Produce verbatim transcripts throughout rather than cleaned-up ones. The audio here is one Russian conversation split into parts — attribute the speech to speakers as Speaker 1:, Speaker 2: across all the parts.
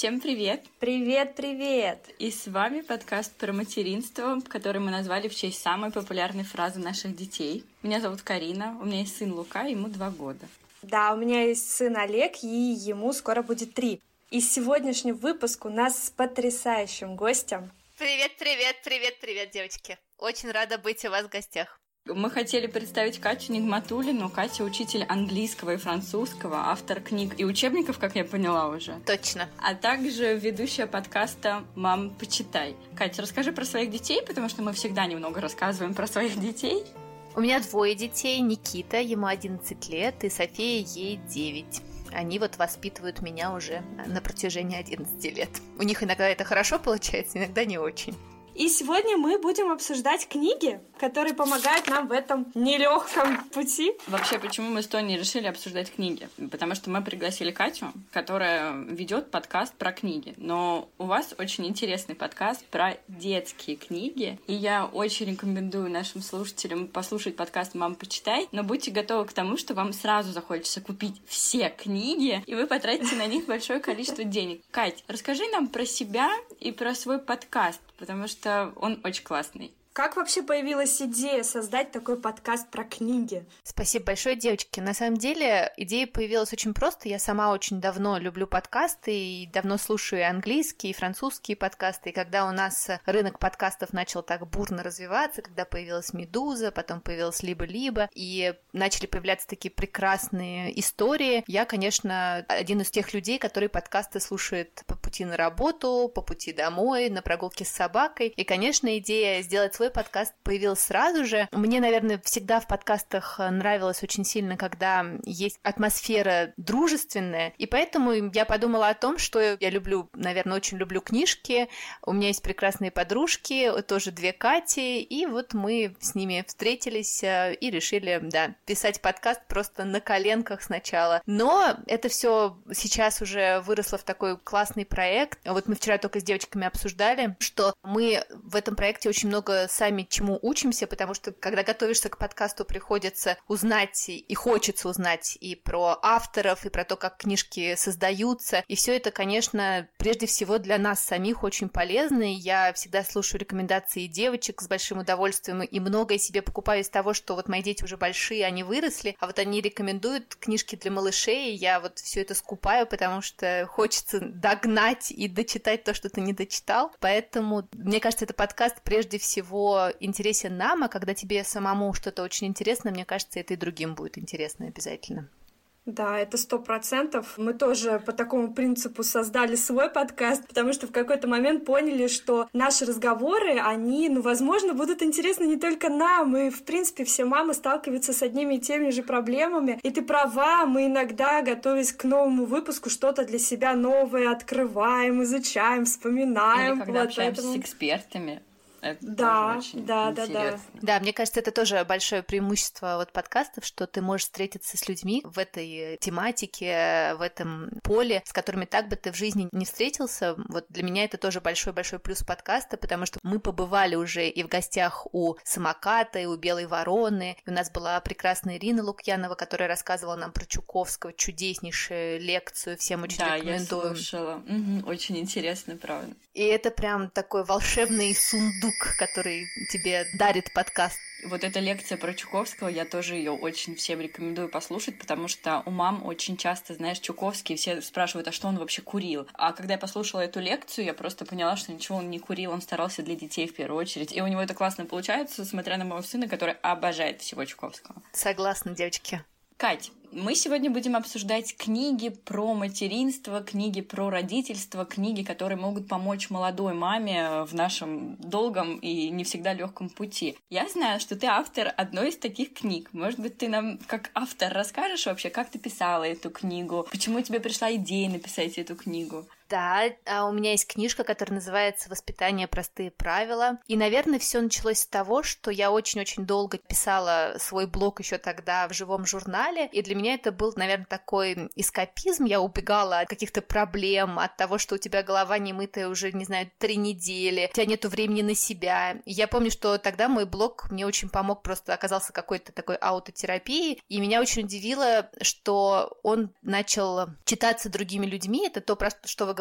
Speaker 1: Всем привет!
Speaker 2: Привет-привет!
Speaker 1: И с вами подкаст про материнство, который мы назвали в честь самой популярной фразы наших детей. Меня зовут Карина, у меня есть сын Лука, ему два года.
Speaker 2: Да, у меня есть сын Олег, и ему скоро будет три. И сегодняшний выпуск у нас с потрясающим гостем.
Speaker 3: Привет-привет, привет-привет, девочки! Очень рада быть у вас в гостях.
Speaker 1: Мы хотели представить Катю Нигматуллину. Катя — учитель английского и французского, автор книг и учебников, как я поняла уже.
Speaker 3: Точно.
Speaker 1: А также ведущая подкаста «Мам, почитай». Катя, расскажи про своих детей, потому что мы всегда немного рассказываем про своих детей.
Speaker 3: У меня двое детей. Никита, ему одиннадцать лет, и София, ей девять. Они вот воспитывают меня уже на протяжении одиннадцати лет. У них иногда это хорошо получается, иногда не очень.
Speaker 2: И сегодня мы будем обсуждать книги, которые помогают нам в этом нелегком пути.
Speaker 1: Вообще, почему мы с Тони решили обсуждать книги? Потому что мы пригласили Катю, которая ведет подкаст про книги. Но у вас очень интересный подкаст про детские книги. И я очень рекомендую нашим слушателям послушать подкаст «Мам, почитай». Но будьте готовы к тому, что вам сразу захочется купить все книги, и вы потратите на них большое количество денег. Кать, расскажи нам про себя и про свой подкаст, потому что он очень классный.
Speaker 2: Как вообще появилась идея создать такой подкаст про книги?
Speaker 3: Спасибо большое, девочки. На самом деле идея появилась очень просто. Я сама очень давно люблю подкасты и давно слушаю и английские, и французские подкасты. И когда у нас рынок подкастов начал так бурно развиваться, когда появилась «Медуза», потом появилась «Либо-либо», и начали появляться такие прекрасные истории, я, конечно, один из тех людей, которые подкасты слушают по пути на работу, по пути домой, на прогулке с собакой. И, конечно, идея сделать свой подкаст появилась сразу же. Мне, наверное, всегда в подкастах нравилось очень сильно, когда есть атмосфера дружественная, и поэтому я подумала о том, что я люблю, наверное, очень люблю книжки, у меня есть прекрасные подружки, тоже две Кати, и вот мы с ними встретились и решили, да, писать подкаст просто на коленках сначала. Но это все сейчас уже выросло в такой классный проект. Вот мы вчера только с девочками обсуждали, что мы в этом проекте очень много сами чему учимся, потому что, когда готовишься к подкасту, приходится узнать и хочется узнать и про авторов, и про то, как книжки создаются, и все это, конечно, прежде всего для нас самих очень полезно, и я всегда слушаю рекомендации девочек с большим удовольствием, и многое себе покупаю из того, что вот мои дети уже большие, они выросли, а вот они рекомендуют книжки для малышей, и я вот все это скупаю, потому что хочется догнать и дочитать то, что ты не дочитал, поэтому, мне кажется, это подкаст прежде всего интересен нам, а когда тебе самому что-то очень интересно, мне кажется, это и другим будет интересно обязательно.
Speaker 2: Да, это сто процентов. Мы тоже по такому принципу создали свой подкаст, потому что в какой-то момент поняли, что наши разговоры, они, ну, возможно, будут интересны не только нам, и, в принципе, все мамы сталкиваются с одними и теми же проблемами. И ты права, мы иногда, готовясь к новому выпуску, что-то для себя новое открываем, изучаем, вспоминаем.
Speaker 1: Или когда
Speaker 2: вот
Speaker 1: общаемся
Speaker 2: поэтому...
Speaker 1: с экспертами. Это
Speaker 2: да,
Speaker 1: очень
Speaker 2: да,
Speaker 1: интересно.
Speaker 2: да, да.
Speaker 3: Да, мне кажется, это тоже большое преимущество вот подкастов, что ты можешь встретиться с людьми в этой тематике, в этом поле, с которыми так бы ты в жизни не встретился. Вот для меня это тоже большой-большой плюс подкаста, потому что мы побывали уже и в гостях у «Самоката», и у «Белой вороны». И у нас была прекрасная Ирина Лукьянова, которая рассказывала нам про Чуковского, чудеснейшую лекцию. Всем очень
Speaker 1: да,
Speaker 3: рекомендую.
Speaker 1: Да, я слушала. Угу, очень интересно, правда.
Speaker 3: И это прям такой волшебный сундук, который тебе дарит подкаст.
Speaker 1: Вот эта лекция про Чуковского, я тоже ее очень всем рекомендую послушать, потому что у мам очень часто, знаешь, Чуковский, все спрашивают, а что он вообще курил? А когда я послушала эту лекцию, я просто поняла, что ничего он не курил, он старался для детей в первую очередь. И у него это классно получается, смотря на моего сына, который обожает всего Чуковского.
Speaker 3: Согласна, девочки.
Speaker 1: Кать, мы сегодня будем обсуждать книги про материнство, книги про родительство, книги, которые могут помочь молодой маме в нашем долгом и не всегда легком пути. Я знаю, что ты автор одной из таких книг. Может быть, ты нам как автор расскажешь вообще, как ты писала эту книгу, почему тебе пришла идея написать эту книгу?
Speaker 3: Да, у меня есть книжка, которая называется «Воспитание. Простые правила». И, наверное, все началось с того, что я очень-очень долго писала свой блог еще тогда в живом журнале, и для меня это был, наверное, такой эскапизм. Я убегала от каких-то проблем, от того, что у тебя голова не мытая уже, не знаю, три недели, у тебя нету времени на себя. И я помню, что тогда мой блог мне очень помог, просто оказался какой-то такой аутотерапией, и меня очень удивило, что он начал читаться другими людьми. Это то, про что вы говорите,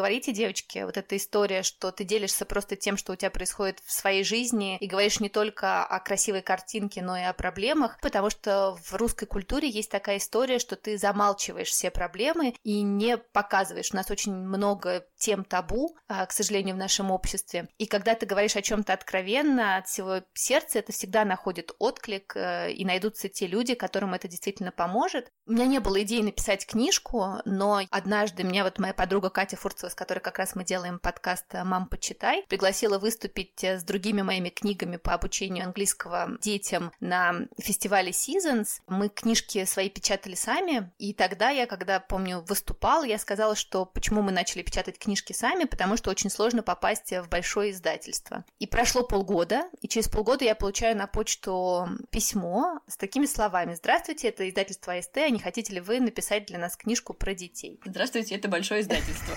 Speaker 3: говорите, девочки, вот эта история, что ты делишься просто тем, что у тебя происходит в своей жизни, и говоришь не только о красивой картинке, но и о проблемах, потому что в русской культуре есть такая история, что ты замалчиваешь все проблемы и не показываешь. У нас очень много тем табу, к сожалению, в нашем обществе. И когда ты говоришь о чем-то откровенно, от всего сердца, это всегда находит отклик, и найдутся те люди, которым это действительно поможет. У меня не было идеи написать книжку, но однажды меня вот моя подруга Катя Фурцева, с которой как раз мы делаем подкаст «Мам, почитай», пригласила выступить с другими моими книгами по обучению английского детям на фестивале Seasons. Мы книжки свои печатали сами, и тогда я, когда, помню, выступала, я сказала, что почему мы начали печатать книжки сами, потому что очень сложно попасть в большое издательство. И прошло полгода, и через полгода я получаю на почту письмо с такими словами: «Здравствуйте, это издательство АСТ, а не хотите ли вы написать для нас книжку про детей?»
Speaker 1: Здравствуйте, это большое издательство.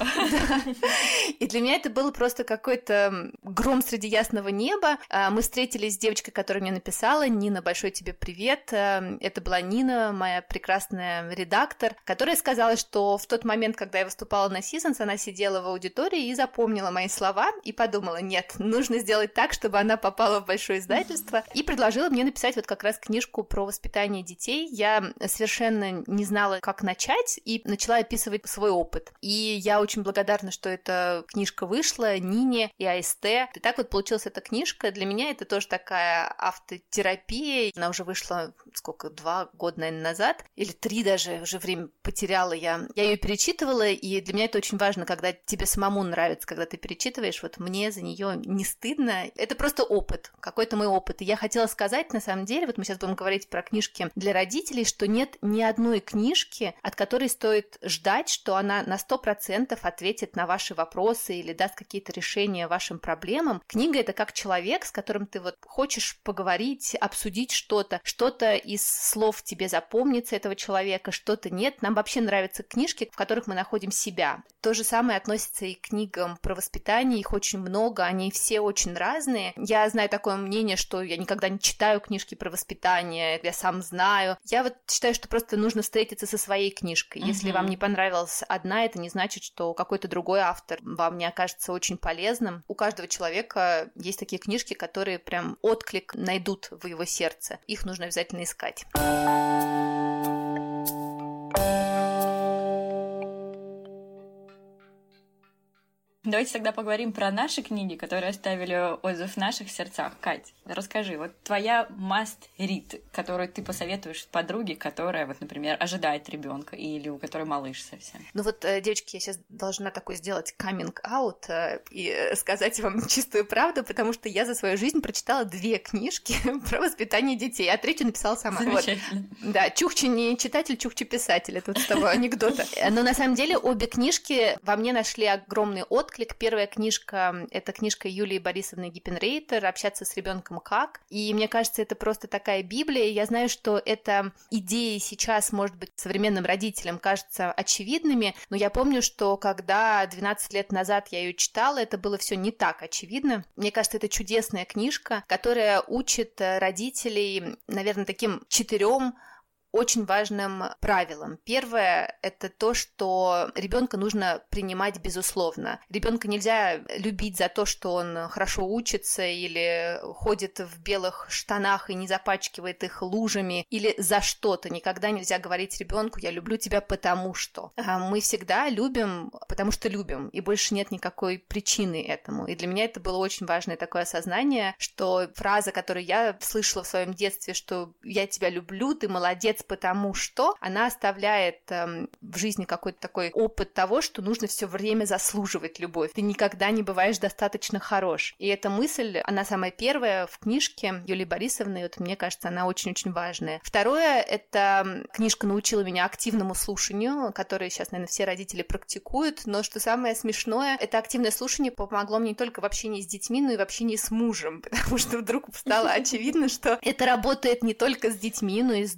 Speaker 3: И для меня это было просто какой-то гром среди ясного неба. Мы встретились с девочкой, которая мне написала: «Нина, большой тебе привет». Это была Нина, моя прекрасная редактор, которая сказала, что в тот момент, когда я выступала на Seasons, она сидела в аудитории и запомнила мои слова и подумала: нет, нужно сделать так, чтобы она попала в большое издательство, и предложила мне написать вот как раз книжку про воспитание детей. Я совершенно не знала, как начать, и начала описывать свой опыт. И я очень благодарна, что эта книжка вышла, Нине и АСТ. И так вот получилась эта книжка. Для меня это тоже такая автотерапия. Она уже вышла, сколько, два года, наверное, назад, или три даже, уже время потеряла я. Я ее перечитывала, и для меня это очень важно, когда тебе самому нравится, когда ты перечитываешь. Вот мне за нее не стыдно. Это просто опыт, какой-то мой опыт. И я хотела сказать, на самом деле, вот мы сейчас будем говорить про книжки для родителей, что нет ни одной книжки, от которой стоит ждать, что она на сто процентов ответит на ваши вопросы или даст какие-то решения вашим проблемам. Книга — это как человек, с которым ты вот хочешь поговорить, обсудить что-то. Что-то из слов тебе запомнится этого человека, что-то нет. Нам вообще нравятся книжки, в которых мы находим себя. То же самое относится и к книгам про воспитание. Их очень много, они все очень разные. Я знаю такое мнение, что я никогда не читаю книжки про воспитание, я сам знаю. Я вот считаю, что просто нужно встретиться со своей книжкой. Uh-huh. Если вам не понравилась одна, это не значит, что какой-то другой автор вам не окажется очень полезным. У каждого человека есть такие книжки, которые прям отклик найдут в его сердце. Их нужно обязательно искать.
Speaker 1: Давайте тогда поговорим про наши книги, которые оставили отзыв в наших сердцах. Кать, расскажи, вот твоя must read, которую ты посоветуешь подруге, которая, вот, например, ожидает ребенка или у которой малыш совсем.
Speaker 3: Ну вот, девочки, я сейчас должна такой сделать coming out и сказать вам чистую правду, потому что я за свою жизнь прочитала две книжки про воспитание детей, а третью написала сама.
Speaker 1: Замечательно.
Speaker 3: Вот. Да, Чукчи не читатель, Чукчи писатель, это вот с того анекдота. Но на самом деле обе книжки во мне нашли огромный отклик. Первая книжка — это книжка Юлии Борисовны Гиппенрейтер «Общаться с ребенком как». И мне кажется, это просто такая Библия. Я знаю, что эта идея сейчас, может быть, современным родителям кажется очевидными, но я помню, что когда двенадцать лет назад я ее читала, это было все не так очевидно. Мне кажется, это чудесная книжка, которая учит родителей, наверное, таким четырем очень важным правилом. Первое — это то, что ребенка нужно принимать безусловно. Ребенка нельзя любить за то, что он хорошо учится или ходит в белых штанах и не запачкивает их лужами, или за что-то. Никогда нельзя говорить ребенку: я люблю тебя потому что. Мы всегда любим, потому что любим, и больше нет никакой причины этому. И для меня это было очень важное такое осознание, что фраза, которую я слышала в своем детстве, что я тебя люблю, ты молодец, потому что она оставляет э, в жизни какой-то такой опыт того, что нужно все время заслуживать любовь. Ты никогда не бываешь достаточно хорош. И эта мысль, она самая первая в книжке Юлии Борисовны, и вот мне кажется, она очень-очень важная. Второе — это книжка научила меня активному слушанию, которое сейчас, наверное, все родители практикуют, но что самое смешное, это активное слушание помогло мне не только в общении с детьми, но и в общении с мужем, потому что вдруг стало очевидно, что это работает не только с детьми, но и с друзьями,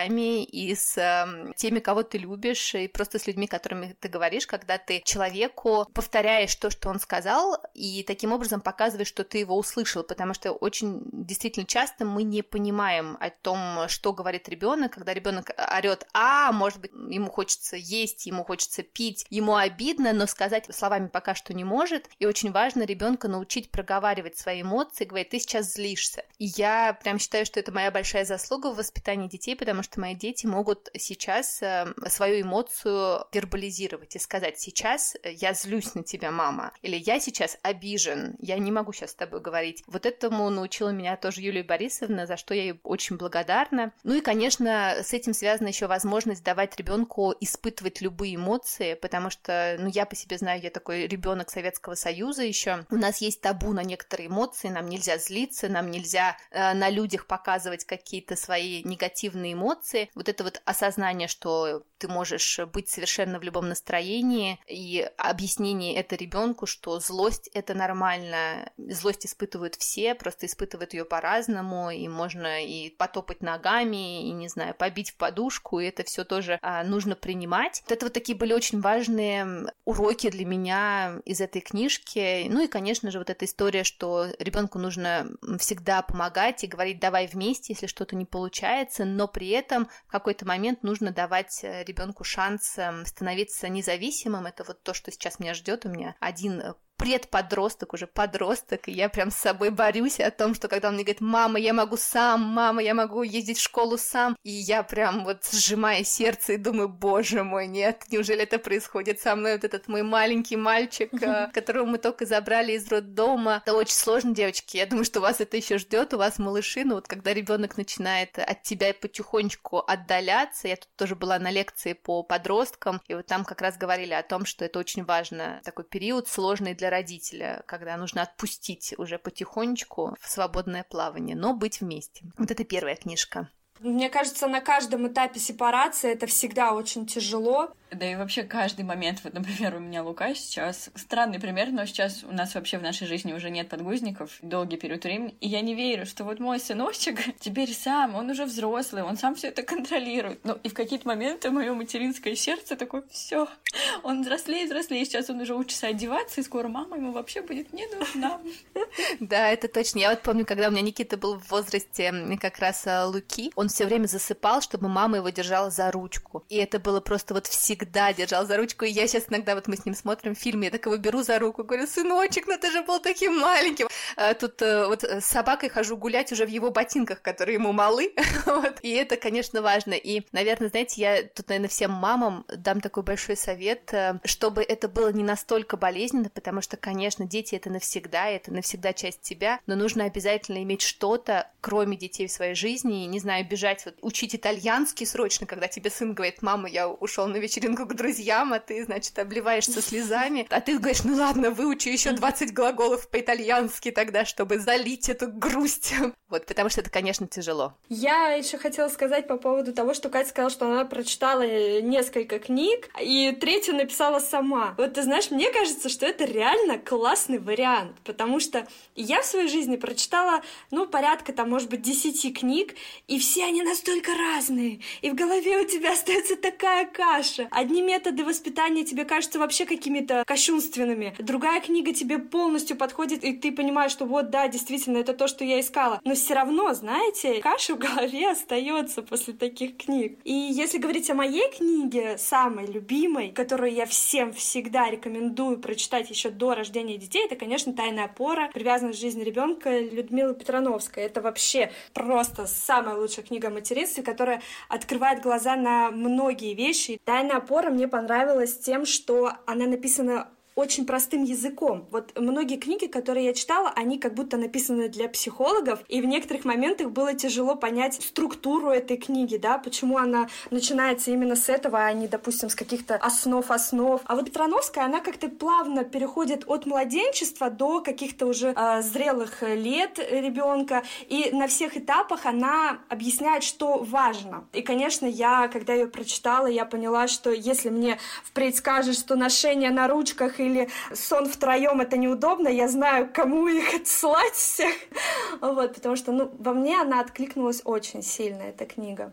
Speaker 3: друзьями, и с э, теми, кого ты любишь, и просто с людьми, которыми ты говоришь, когда ты человеку повторяешь то, что он сказал, и таким образом показываешь, что ты его услышал, потому что очень действительно часто мы не понимаем о том, что говорит ребенок, когда ребенок орет, а, может быть, ему хочется есть, ему хочется пить, ему обидно, но сказать словами пока что не может, и очень важно ребенка научить проговаривать свои эмоции, говорить, ты сейчас злишься. И я прям считаю, что это моя большая заслуга в воспитании детей, потому что мои дети могут сейчас э, свою эмоцию вербализировать и сказать, сейчас я злюсь на тебя, мама, или я сейчас обижен, я не могу сейчас с тобой говорить. Вот этому научила меня тоже Юлия Борисовна, за что я ей очень благодарна. Ну и, конечно, с этим связана еще возможность давать ребенку испытывать любые эмоции, потому что, ну, я по себе знаю, я такой ребенок Советского Союза еще. У нас есть табу на некоторые эмоции, нам нельзя злиться, нам нельзя э, на людях показывать какие-то свои негативные эмоции. Вот это вот осознание, что ты можешь быть совершенно в любом настроении, и объяснение это ребенку, что злость это нормально, злость испытывают все, просто испытывают ее по-разному, и можно и потопать ногами, и, не знаю, побить в подушку, и это все тоже а, нужно принимать. Вот это вот такие были очень важные уроки для меня из этой книжки. Ну и, конечно же, вот эта история, что ребенку нужно всегда помогать и говорить «давай вместе», если что-то не получается, но при этом в какой-то момент нужно давать ребенку шанс становиться независимым. Это вот то, что сейчас меня ждет. У меня один предподросток, уже подросток, и я прям с собой борюсь о том, что когда он мне говорит, мама, я могу сам, мама, я могу ездить в школу сам, и я прям вот сжимаю сердце и думаю, боже мой, нет, неужели это происходит со мной, вот этот мой маленький мальчик, которого мы только забрали из роддома. Это очень сложно, девочки, я думаю, что вас это еще ждет, у вас малыши, но вот когда ребенок начинает от тебя потихонечку отдаляться, я тут тоже была на лекции по подросткам, и вот там как раз говорили о том, что это очень важно, такой период сложный для родителя, когда нужно отпустить уже потихонечку в свободное плавание, но быть вместе. Вот это первая книжка.
Speaker 2: Мне кажется, на каждом этапе сепарации это всегда очень тяжело.
Speaker 1: Да и вообще каждый момент, вот, например, у меня Лука сейчас, странный пример, но сейчас у нас вообще в нашей жизни уже нет подгузников долгий период времени, и я не верю, что вот мой сыночек теперь сам, он уже взрослый, он сам все это контролирует. Ну и в какие-то моменты мое материнское сердце такое, все, он взрослее, взрослее, сейчас он уже учится одеваться, и скоро мама ему вообще будет не нужна.
Speaker 3: Да, это точно. Я вот помню, когда у меня Никита был в возрасте как раз Луки, он все время засыпал, чтобы мама его держала за ручку. И это было просто вот всегда держал за ручку. И я сейчас иногда, вот мы с ним смотрим фильм, я так его беру за руку, говорю, сыночек, ну ты же был таким маленьким. А тут вот с собакой хожу гулять уже в его ботинках, которые ему малы. Вот. И это, конечно, важно. И, наверное, знаете, я тут, наверное, всем мамам дам такой большой совет, чтобы это было не настолько болезненно, потому что, конечно, дети — это навсегда, это навсегда часть тебя, но нужно обязательно иметь что-то, кроме детей в своей жизни, и, не знаю, бежать, вот, учить итальянский срочно, когда тебе сын говорит, мама, я ушел на вечеринку к друзьям, а ты, значит, обливаешься слезами, а ты говоришь, ну ладно, выучи еще двадцать глаголов по-итальянски тогда, чтобы залить эту грусть. Вот, потому что это, конечно, тяжело.
Speaker 2: Я еще хотела сказать по поводу того, что Катя сказала, что она прочитала несколько книг, и третью написала сама. Вот ты знаешь, мне кажется, что это реально классный вариант, потому что я в своей жизни прочитала, ну, порядка, там, может быть, десяти книг, и все они настолько разные, и в голове у тебя остается такая каша. Одни методы воспитания тебе кажутся вообще какими-то кощунственными, другая книга тебе полностью подходит, и ты понимаешь, что вот, да, действительно, это то, что я искала. Но все равно, знаете, каша в голове остается после таких книг. И если говорить о моей книге, самой любимой, которую я всем всегда рекомендую прочитать еще до рождения детей, это, конечно, «Тайная опора. Привязанность к жизни ребенка» Людмилы Петрановской. Это вообще просто самая лучшая книга о материнстве, которая открывает глаза на многие вещи. «Тайная опора» мне понравилась тем, что она написана очень простым языком. Вот многие книги, которые я читала, они как будто написаны для психологов, и в некоторых моментах было тяжело понять структуру этой книги, да, почему она начинается именно с этого, а не, допустим, с каких-то основ-основ. А вот Петрановская, она как-то плавно переходит от младенчества до каких-то уже э, зрелых лет ребенка, и на всех этапах она объясняет, что важно. И, конечно, я, когда ее прочитала, я поняла, что если мне впредь скажут, что ношение на ручках и или сон втроем это неудобно, я знаю, кому их отсылать всех. Вот, потому что, ну, во мне она откликнулась очень сильно, эта книга.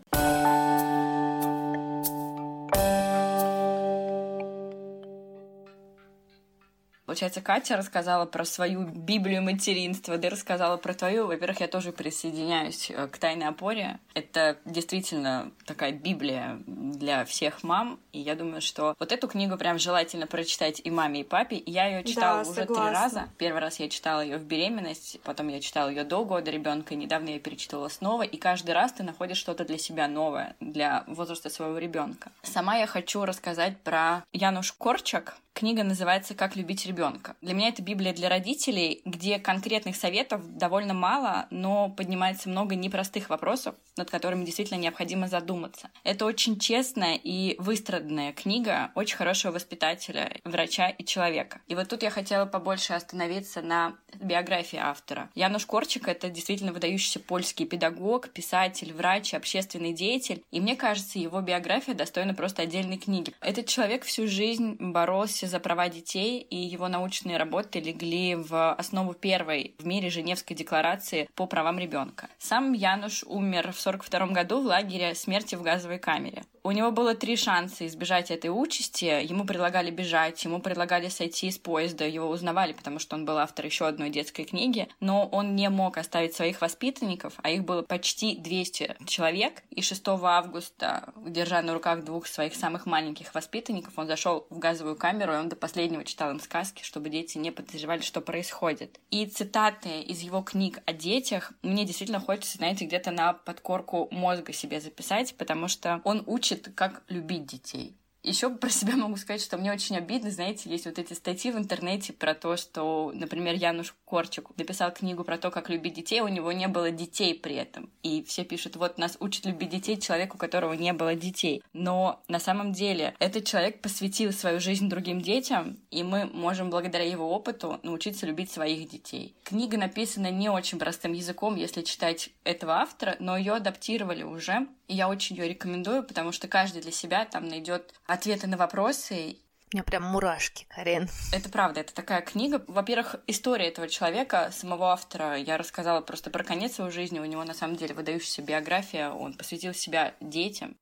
Speaker 1: Получается, Катя рассказала про свою Библию материнства, ты рассказала про твою. Во-первых, я тоже присоединяюсь к «Тайной опоре». Это действительно такая Библия для всех мам, и я думаю, что вот эту книгу прям желательно прочитать и маме, и папе. И я ее читала да, уже согласна. три раза. Первый раз я читала ее в беременность, потом я читала ее до года ребенка, и недавно я перечитывала снова, и каждый раз ты находишь что-то для себя новое, для возраста своего ребенка. Сама я хочу рассказать про Януш Корчак. Книга называется «Как любить ребенка». Для меня это Библия для родителей, где конкретных советов довольно мало, но поднимается много непростых вопросов, над которыми действительно необходимо задуматься. Это очень честная и выстраданная книга очень хорошего воспитателя, врача и человека. И вот тут я хотела побольше остановиться на биографии автора. Януш Корчак — это действительно выдающийся польский педагог, писатель, врач, общественный деятель. И мне кажется, его биография достойна просто отдельной книги. Этот человек всю жизнь боролся за права детей, и его научные работы легли в основу первой в мире Женевской декларации по правам ребенка. Сам Януш умер в сорок втором году в лагере смерти в газовой камере. У него было три шанса избежать этой участи. Ему предлагали бежать, ему предлагали сойти с поезда, его узнавали, потому что он был автор еще одной детской книги, но он не мог оставить своих воспитанников, а их было почти двести человек, и шестого августа, держа на руках двух своих самых маленьких воспитанников, он зашел в газовую камеру, и он до последнего читал им сказки, чтобы дети не подозревали, что происходит. И цитаты из его книг о детях мне действительно хочется, знаете, где-то на подкорку мозга себе записать, потому что он учит, как любить детей. Еще про себя могу сказать, что мне очень обидно, знаете, есть вот эти статьи в интернете про то, что, например, Януш Корчак написал книгу про то, как любить детей, у него не было детей при этом. И все пишут, вот нас учит любить детей человек, у которого не было детей. Но на самом деле этот человек посвятил свою жизнь другим детям, и мы можем благодаря его опыту научиться любить своих детей. Книга написана не очень простым языком, если читать этого автора, но ее адаптировали уже, и я очень ее рекомендую, потому что каждый для себя там найдет ответы на вопросы.
Speaker 3: У меня прям мурашки, Карен.
Speaker 1: Это правда, это такая книга. Во-первых, история этого человека, самого автора, я рассказала просто про конец его жизни. У него на самом деле выдающаяся биография. Он посвятил себя детям.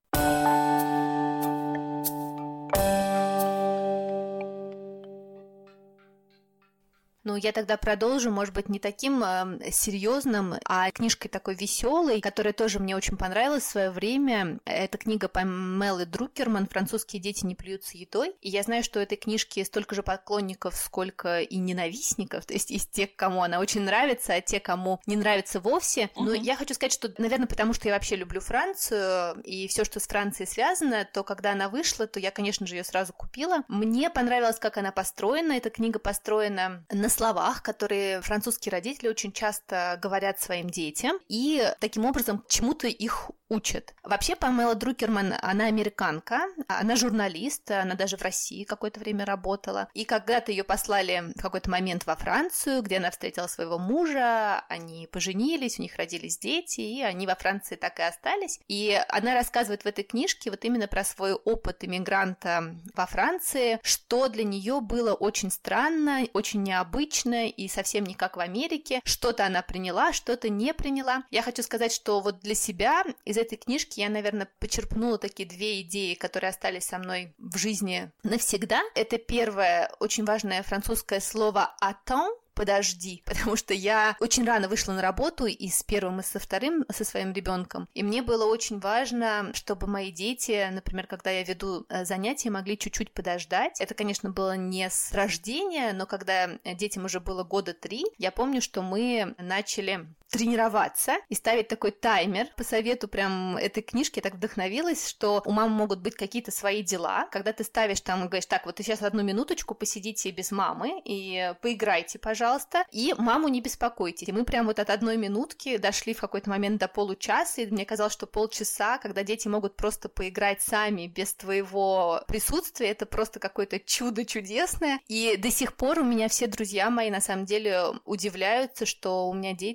Speaker 3: Ну, я тогда продолжу, может быть, не таким э, серьезным, а книжкой такой веселой, которая тоже мне очень понравилась в свое время. Это книга Памелы Друкерман «Французские дети не плюются едой». И я знаю, что у этой книжки столько же поклонников, сколько и ненавистников. То есть есть те, кому она очень нравится, а те, кому не нравится вовсе. Uh-huh. Но я хочу сказать, что, наверное, потому что я вообще люблю Францию, и все, что с Францией связано, то когда она вышла, то я, конечно же, ее сразу купила. Мне понравилось, как она построена. Эта книга построена на словах, которые французские родители очень часто говорят своим детям, и таким образом чему-то их учат. Вообще, Памела Друкерман, она американка, она журналист, она даже в России какое-то время работала. И когда-то ее послали в какой-то момент во Францию, где она встретила своего мужа, они поженились, у них родились дети, и они во Франции так и остались. И она рассказывает в этой книжке вот именно про свой опыт иммигранта во Франции, что для нее было очень странно, очень необычно и совсем не как в Америке. Что-то она приняла, что-то не приняла. Я хочу сказать, что вот для себя из этой книжки я, наверное, почерпнула такие две идеи, которые остались со мной в жизни навсегда. Это первое, очень важное французское слово «attends», подожди, потому что я очень рано вышла на работу и с первым, и со вторым, со своим ребенком, и мне было очень важно, чтобы мои дети, например, когда я веду занятия, могли чуть-чуть подождать. Это, конечно, было не с рождения, но когда детям уже было года три, я помню, что мы начали тренироваться и ставить такой таймер. По совету прям этой книжки я так вдохновилась, что у мамы могут быть какие-то свои дела. Когда ты ставишь там и говоришь, так, вот ты сейчас одну минуточку посидите без мамы и поиграйте, пожалуйста, и маму не беспокойте. И мы прям вот от одной минутки дошли в какой-то момент до получаса, и мне казалось, что полчаса, когда дети могут просто поиграть сами без твоего присутствия, это просто какое-то чудо чудесное. И до сих пор у меня все друзья мои на самом деле удивляются, что у меня дети умеют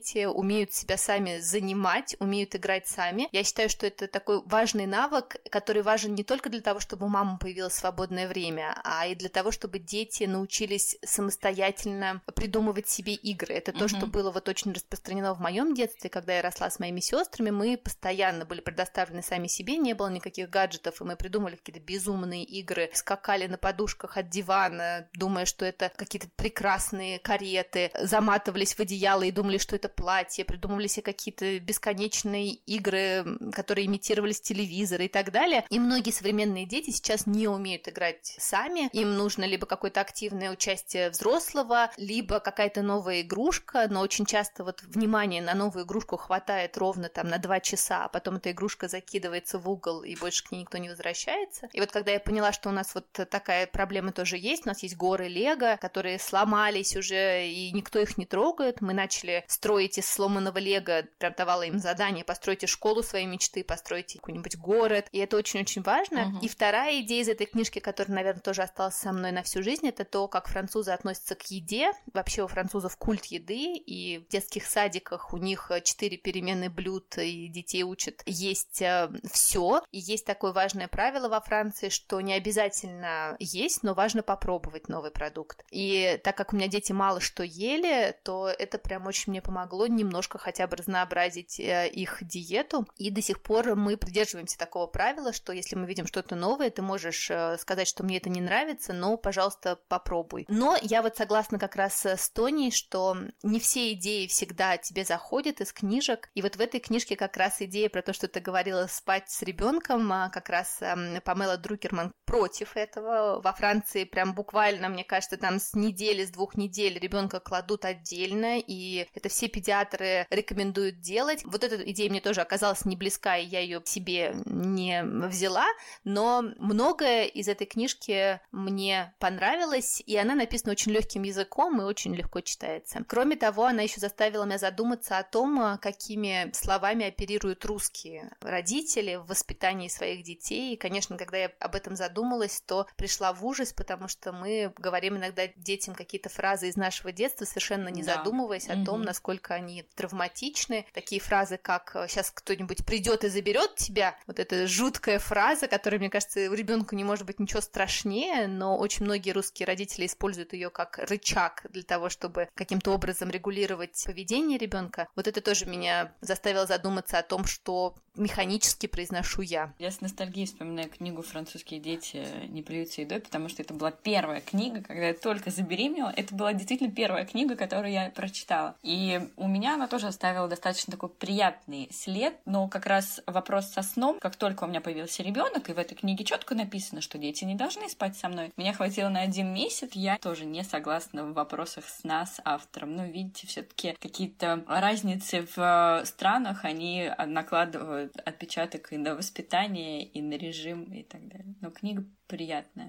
Speaker 3: умеют себя сами занимать, умеют играть сами. Я считаю, что это такой важный навык, который важен не только для того, чтобы у мамы появилось свободное время, а и для того, чтобы дети научились самостоятельно придумывать себе игры. Это mm-hmm. то, что было вот очень распространено в моем детстве, когда я росла с моими сестрами. Мы постоянно были предоставлены сами себе, не было никаких гаджетов, и мы придумали какие-то безумные игры, скакали на подушках от дивана, думая, что это какие-то прекрасные кареты, заматывались в одеяло и думали, что это платье, придумывали себе какие-то бесконечные игры, которые имитировали с телевизора и так далее. И многие современные дети сейчас не умеют играть сами. Им нужно либо какое-то активное участие взрослого, либо какая-то новая игрушка, но очень часто вот внимание на новую игрушку хватает ровно там на два часа, а потом эта игрушка закидывается в угол, и больше к ней никто не возвращается. И вот когда я поняла, что у нас вот такая проблема тоже есть, у нас есть горы лего, которые сломались уже, и никто их не трогает, мы начали строить из сломанного лего, прям давала им задание: постройте школу своей мечты, постройте какой-нибудь город, и это очень-очень важно. Uh-huh. И вторая идея из этой книжки, которая, наверное, тоже осталась со мной на всю жизнь, это то, как французы относятся к еде. Вообще у французов культ еды, и в детских садиках у них четыре перемены блюд, и детей учат есть все. И есть такое важное правило во Франции, что не обязательно есть, но важно попробовать новый продукт. И так как у меня дети мало что ели, то это прям очень мне помогло немножко хотя бы разнообразить их диету. И до сих пор мы придерживаемся такого правила, что если мы видим что-то новое, ты можешь сказать, что мне это не нравится, но, пожалуйста, попробуй. Но я вот согласна как раз с Тоней, что не все идеи всегда тебе заходят из книжек. И вот в этой книжке как раз идея про то, что ты говорила, спать с ребенком, как раз Памела Друкерман против этого. Во Франции прям буквально, мне кажется, там с недели, с двух недель ребенка кладут отдельно, и это все педиатры рекомендуют делать. Вот эта идея мне тоже оказалась не близка, и я ее себе не взяла, но многое из этой книжки мне понравилось, и она написана очень легким языком и очень легко читается. Кроме того, она еще заставила меня задуматься о том, какими словами оперируют русские родители в воспитании своих детей. И, конечно, когда я об этом задумалась, то пришла в ужас, потому что мы говорим иногда детям какие-то фразы из нашего детства, совершенно не да. задумываясь угу. о том, насколько они травматичны. Такие фразы, как «сейчас кто-нибудь придет и заберет тебя». Вот эта жуткая фраза, которая, мне кажется, у ребенка не может быть ничего страшнее, но очень многие русские родители используют ее как рычаг для того, чтобы каким-то образом регулировать поведение ребенка. Вот это тоже меня заставило задуматься о том, что механически произношу я.
Speaker 1: Я с ностальгией вспоминаю книгу «Французские дети не плюются едой», потому что это была первая книга, когда я только забеременела. Это была действительно первая книга, которую я прочитала. И у меня она тоже оставила достаточно такой приятный след, но как раз вопрос со сном, как только у меня появился ребенок, и в этой книге четко написано, что дети не должны спать со мной. Меня хватило на один месяц. Я тоже не согласна в вопросах сна с автором. Но видите, все-таки какие-то разницы в странах, они накладывают отпечаток и на воспитание, и на режим, и так далее. Но книга приятная.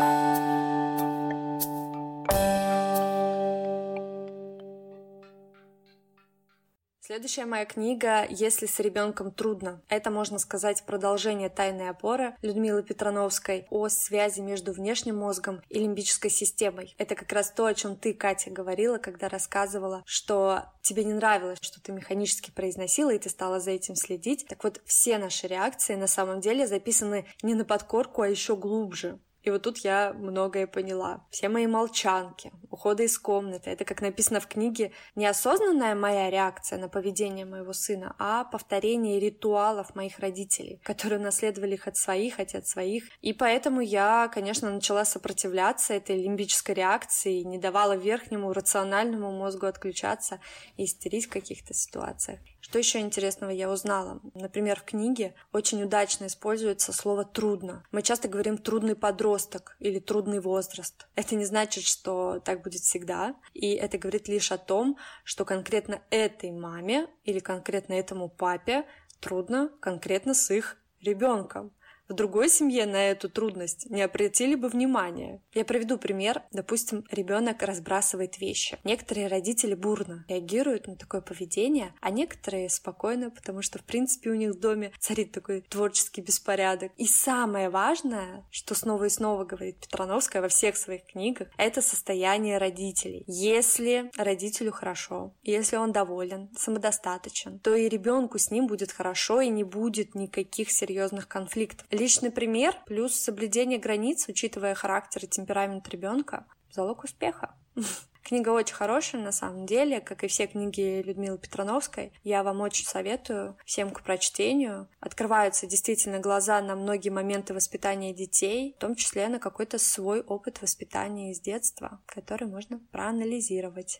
Speaker 2: Следующая моя книга «Если с ребенком трудно». Это, можно сказать, продолжение «Тайной опоры» Людмилы Петрановской о связи между внешним мозгом и лимбической системой. Это как раз то, о чем ты, Катя, говорила, когда рассказывала, что тебе не нравилось, что ты механически произносила, и ты стала за этим следить. Так вот, все наши реакции на самом деле записаны не на подкорку, а еще глубже. И вот тут я многое поняла. Все мои молчанки, уходы из комнаты — это, как написано в книге, неосознанная моя реакция на поведение моего сына, а повторение ритуалов моих родителей, которые унаследовали их от своих, от своих. И поэтому я, конечно, начала сопротивляться этой лимбической реакции, не давала верхнему рациональному мозгу отключаться и истерить в каких-то ситуациях. Что еще интересного я узнала? Например, в книге очень удачно используется слово «трудно». Мы часто говорим «трудный подросток» или «трудный возраст». Это не значит, что так будет всегда, и это говорит лишь о том, что конкретно этой маме или конкретно этому папе трудно конкретно с их ребенком. в другой семье на эту трудность не обратили бы внимания. Я приведу пример. Допустим, ребенок разбрасывает вещи. Некоторые родители бурно реагируют на такое поведение, а некоторые спокойно, потому что, в принципе, у них в доме царит такой творческий беспорядок. И самое важное, что снова и снова говорит Петрановская во всех своих книгах, это состояние родителей. Если родителю хорошо, если он доволен, самодостаточен, то и ребенку с ним будет хорошо и не будет никаких серьезных конфликтов. Личный пример плюс соблюдение границ, учитывая характер и темперамент ребенка, залог успеха. Книга очень хорошая, на самом деле, как и все книги Людмилы Петрановской. Я вам очень советую всем к прочтению. Открываются действительно глаза на многие моменты воспитания детей, в том числе на какой-то свой опыт воспитания из детства, который можно проанализировать.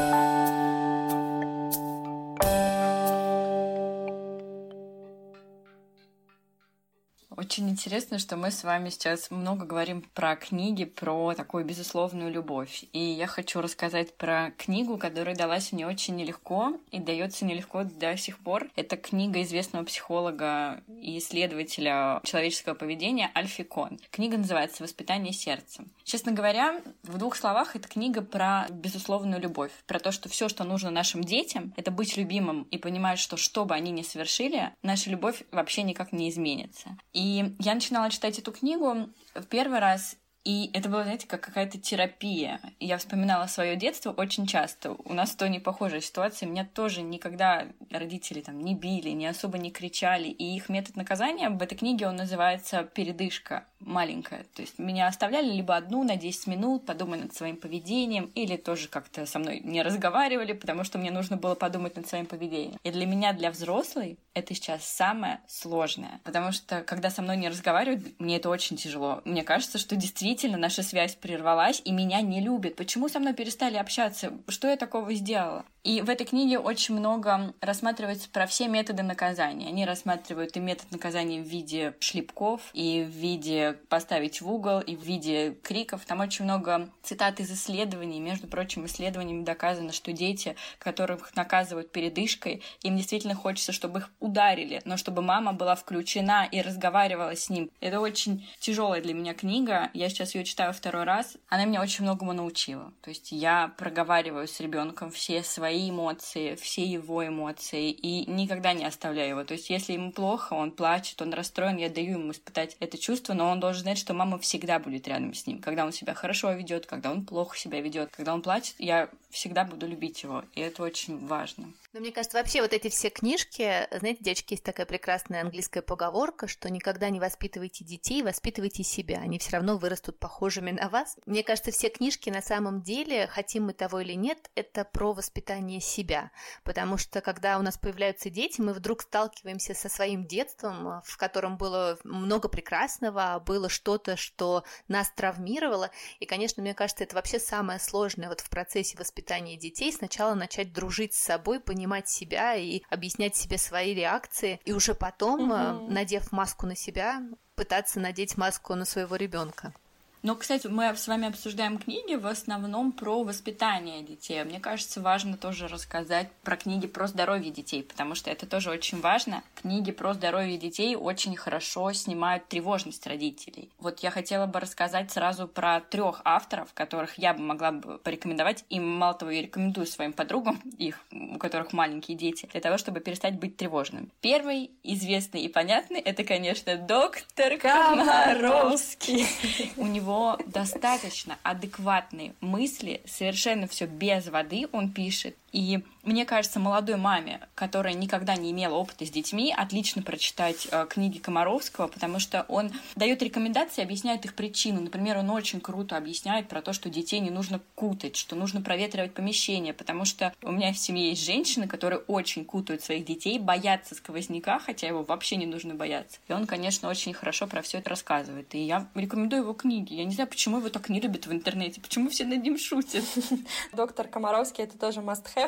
Speaker 1: Очень интересно, что мы с вами сейчас много говорим про книги, про такую безусловную любовь. И я хочу рассказать про книгу, которая далась мне очень нелегко и дается нелегко до сих пор. Это книга известного психолога и исследователя человеческого поведения Альфи Кон. Книга называется «Воспитание сердца». Честно говоря, в двух словах, это книга про безусловную любовь, про то, что все, что нужно нашим детям, это быть любимым и понимать, что что бы они ни совершили, наша любовь вообще никак не изменится. И И я начинала читать эту книгу в первый раз, и это было, знаете, как какая-то терапия. И я вспоминала свое детство очень часто. У нас в Тоне похожая ситуация. Меня тоже никогда родители там не били, не особо не кричали. И их метод наказания в этой книге, он называется «передышка маленькая». То есть меня оставляли либо одну на десять минут, подумать над своим поведением, или тоже как-то со мной не разговаривали, потому что мне нужно было подумать над своим поведением. И для меня, для взрослой, это сейчас самое сложное. Потому что, когда со мной не разговаривают, мне это очень тяжело. Мне кажется, что действительно Действительно, наша связь прервалась, и меня не любят. Почему со мной перестали общаться? Что я такого сделала? И в этой книге очень много рассматривается про все методы наказания. Они рассматривают и метод наказания в виде шлепков, и в виде поставить в угол, и в виде криков. Там очень много цитат из исследований. Между прочим, исследованиями доказано, что дети, которых наказывают передышкой, им действительно хочется, чтобы их ударили, но чтобы мама была включена и разговаривала с ним. Это очень тяжелая для меня книга. Я сейчас ее читаю второй раз. Она меня очень многому научила. То есть я проговариваю с ребенком все свои эмоции, все его эмоции, и никогда не оставляю его. То есть если ему плохо, он плачет, он расстроен, я даю ему испытать это чувство, но он должен знать, что мама всегда будет рядом с ним. Когда он себя хорошо ведет, когда он плохо себя ведет, когда он плачет, я всегда буду любить его, и это очень важно.
Speaker 3: Но мне кажется, вообще вот эти все книжки, знаете, девочки, есть такая прекрасная английская поговорка, что никогда не воспитывайте детей, воспитывайте себя, они все равно вырастут похожими на вас. Мне кажется, все книжки на самом деле, хотим мы того или нет, это про воспитание себя, потому что когда у нас появляются дети, мы вдруг сталкиваемся со своим детством, в котором было много прекрасного, было что-то, что нас травмировало, и, конечно, мне кажется, это вообще самое сложное вот в процессе воспитания детей, сначала начать дружить с собой, понимать себя и объяснять себе свои реакции, и уже потом, угу. надев маску на себя, пытаться надеть маску на своего ребенка.
Speaker 1: Но, кстати, мы с вами обсуждаем книги в основном про воспитание детей. Мне кажется, важно тоже рассказать про книги про здоровье детей, потому что это тоже очень важно. Книги про здоровье детей очень хорошо снимают тревожность родителей. Вот я хотела бы рассказать сразу про трех авторов, которых я бы могла бы порекомендовать. И мало того, я рекомендую своим подругам, их, у которых маленькие дети, для того, чтобы перестать быть тревожным. Первый, известный и понятный, это, конечно, доктор Комаровский. У него достаточно адекватные мысли, совершенно все без воды он пишет. И мне кажется, молодой маме, которая никогда не имела опыта с детьми, отлично прочитать э, книги Комаровского, потому что он дает рекомендации, объясняет их причину. Например, он очень круто объясняет про то, что детей не нужно кутать, что нужно проветривать помещение, потому что у меня в семье есть женщины, которые очень кутают своих детей, боятся сквозняка, хотя его вообще не нужно бояться. И он, конечно, очень хорошо про все это рассказывает. И я рекомендую его книги. Я не знаю, почему его так не любят в интернете, почему все над ним шутят.
Speaker 2: Доктор Комаровский — это тоже must-have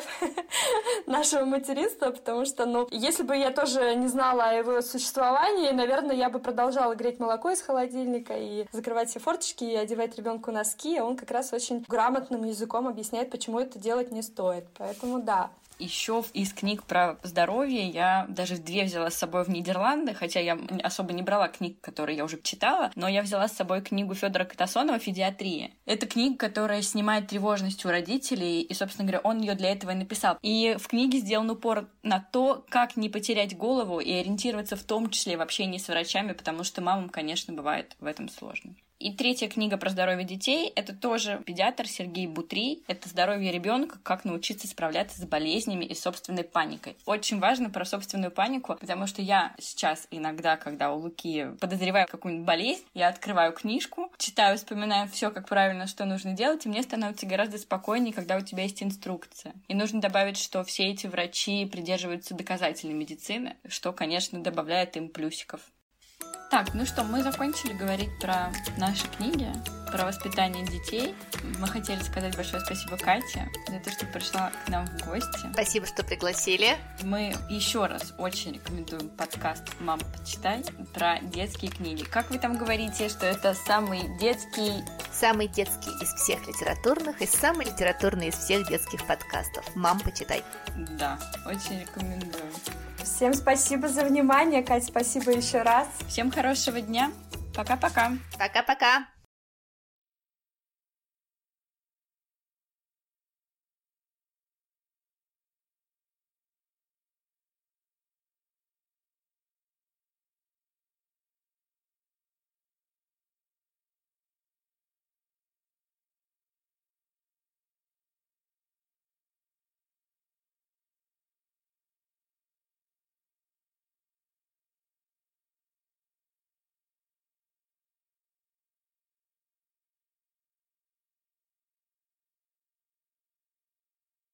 Speaker 2: нашего материнства, потому что, ну, если бы я тоже не знала о его существовании, наверное, я бы продолжала греть молоко из холодильника и закрывать все форточки и одевать ребенку носки, а он как раз очень грамотным языком объясняет, почему это делать не стоит. Поэтому да.
Speaker 1: Еще из книг про здоровье я даже две взяла с собой в Нидерланды, хотя я особо не брала книг, которые я уже читала, но я взяла с собой книгу Федора Катасонова «Федиатрия». Это книга, которая снимает тревожность у родителей, и, собственно говоря, он ее для этого и написал. И в книге сделан упор на то, как не потерять голову и ориентироваться в том числе в общении с врачами, потому что мамам, конечно, бывает в этом сложно. И третья книга про здоровье детей — это тоже педиатр Сергей Бутри. Это «Здоровье ребенка. Как научиться справляться с болезнями и собственной паникой». Очень важно про собственную панику, потому что я сейчас иногда, когда у Луки подозреваю какую-нибудь болезнь, я открываю книжку, читаю, вспоминаю все, как правильно, что нужно делать, и мне становится гораздо спокойнее, когда у тебя есть инструкция. И нужно добавить, что все эти врачи придерживаются доказательной медицины, что, конечно, добавляет им плюсиков. Так, ну что, мы закончили говорить про наши книги, про воспитание детей. Мы хотели сказать большое спасибо Кате за то, что пришла к нам в гости.
Speaker 3: Спасибо, что пригласили.
Speaker 1: Мы еще раз очень рекомендуем подкаст «Мам, почитай» про детские книги. Как вы там говорите, что это самый детский...
Speaker 3: Самый детский из всех литературных и самый литературный из всех детских подкастов. «Мам, почитай».
Speaker 1: Да, очень рекомендую.
Speaker 2: Всем спасибо за внимание, Кать, спасибо еще раз.
Speaker 1: Всем хорошего дня. Пока-пока.
Speaker 3: Пока-пока.